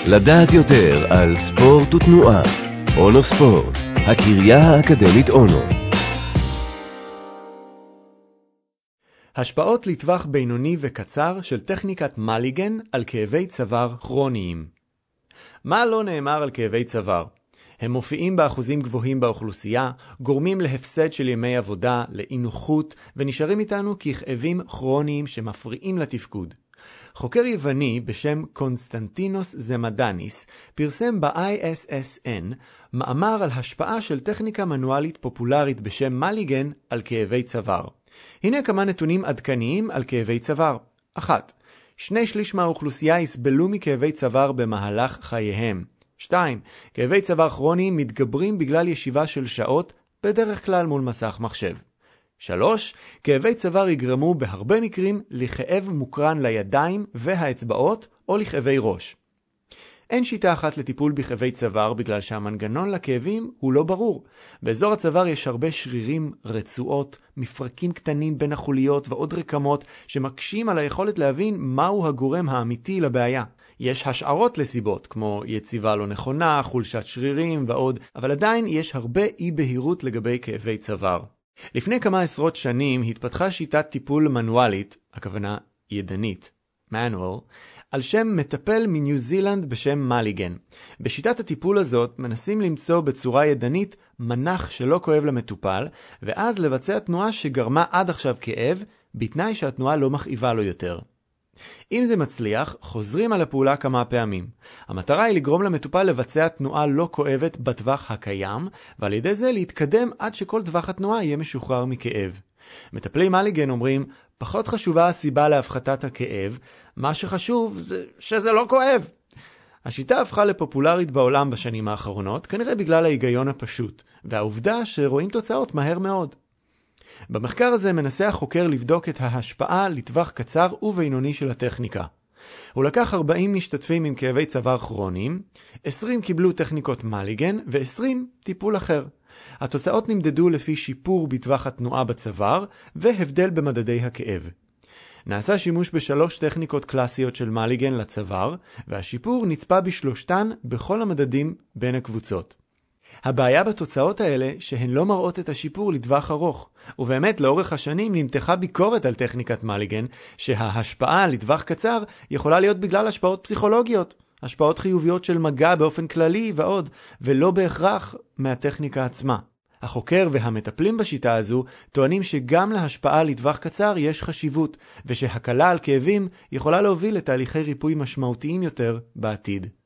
לדעת יותר על ספורט ותנועה. אונו ספורט, הקריה האקדמית אונו. השפעות לטווח בינוני וקצר של טכניקת מליגן על כאבי צוואר כרוניים. מה לא נאמר על כאבי צוואר? הם מופיעים באחוזים גבוהים באוכלוסייה, גורמים להפסד של ימי עבודה, לאינוחות, ונשארים איתנו ככאבים כרוניים שמפריעים לתפקוד. חוקר יווני בשם קונסטנטינוס זמדניס פרסם ב-ISSN מאמר על השפעה של טכניקה מנואלית פופולרית בשם מליגן על כאבי צוואר. הנה כמה נתונים עדכניים על כאבי צוואר. 1. 2/3 מהאוכלוסייה יסבלו מכאבי צוואר במהלך חייהם. 2. כאבי צוואר כרוניים מתגברים בגלל ישיבה של שעות, בדרך כלל מול מסך מחשב. 3. כאבי צוואר יגרמו בהרבה מקרים לכאב מוקרן לידיים והאצבעות או לכאבי ראש. אין שיטה אחת לטיפול בכאבי צוואר בגלל שהמנגנון לכאבים הוא לא ברור. באזור הצוואר יש הרבה שרירים, רצועות, מפרקים קטנים בין החוליות ועוד רקמות שמקשים על היכולת להבין מהו הגורם האמיתי לבעיה. יש השערות לסיבות כמו יציבה לא נכונה, חולשת שרירים ועוד, אבל עדיין יש הרבה אי בהירות לגבי כאבי צוואר. לפני כמה עשרות שנים התפתחה שיטת טיפול מנואלית, הכוונה ידנית, manual, על שם מטפל מניו זילנד בשם מליגן. בשיטת הטיפול הזאת מנסים למצוא בצורה ידנית מנח שלא כואב למטופל, ואז לבצע תנועה שגרמה עד עכשיו כאב, בתנאי שהתנועה לא מכאיבה לו יותר. אם זה מצליח, חוזרים על הפעולה כמה פעמים. המטרה היא לגרום למטופל לבצע תנועה לא כואבת בטווח הקיים, ועל ידי זה להתקדם עד שכל טווח התנועה יהיה משוחרר מכאב. מטפלי מליגן אומרים, פחות חשובה הסיבה להפחתת הכאב, מה שחשוב זה שזה לא כואב. השיטה הפכה לפופולרית בעולם בשנים האחרונות, כנראה בגלל ההיגיון הפשוט, והעובדה שרואים תוצאות מהר מאוד. במחקר הזה מנסה החוקר לבדוק את ההשפעה לטווח קצר ובינוני של הטכניקה. הוא לקח 40 משתתפים עם כאבי צוואר כרוניים, 20 קיבלו טכניקות מליגן ו20 טיפול אחר. התוצאות נמדדו לפי שיפור בטווח התנועה בצוואר והבדל במדדי הכאב. נעשה שימוש ב3 טכניקות קלאסיות של מליגן לצוואר, והשיפור נצפה בשלושתן בכל המדדים בין הקבוצות. הבעיה בתוצאות האלה שהן לא מראות את השיפור לטווח ארוך, ובאמת לאורך השנים נמתחה ביקורת על טכניקת מליגן שההשפעה לטווח קצר יכולה להיות בגלל השפעות פסיכולוגיות, השפעות חיוביות של מגע באופן כללי ועוד, ולא בהכרח מהטכניקה עצמה. החוקר והמטפלים בשיטה הזו טוענים שגם להשפעה לטווח קצר יש חשיבות, ושהקלה על כאבים יכולה להוביל לתהליכי ריפוי משמעותיים יותר בעתיד.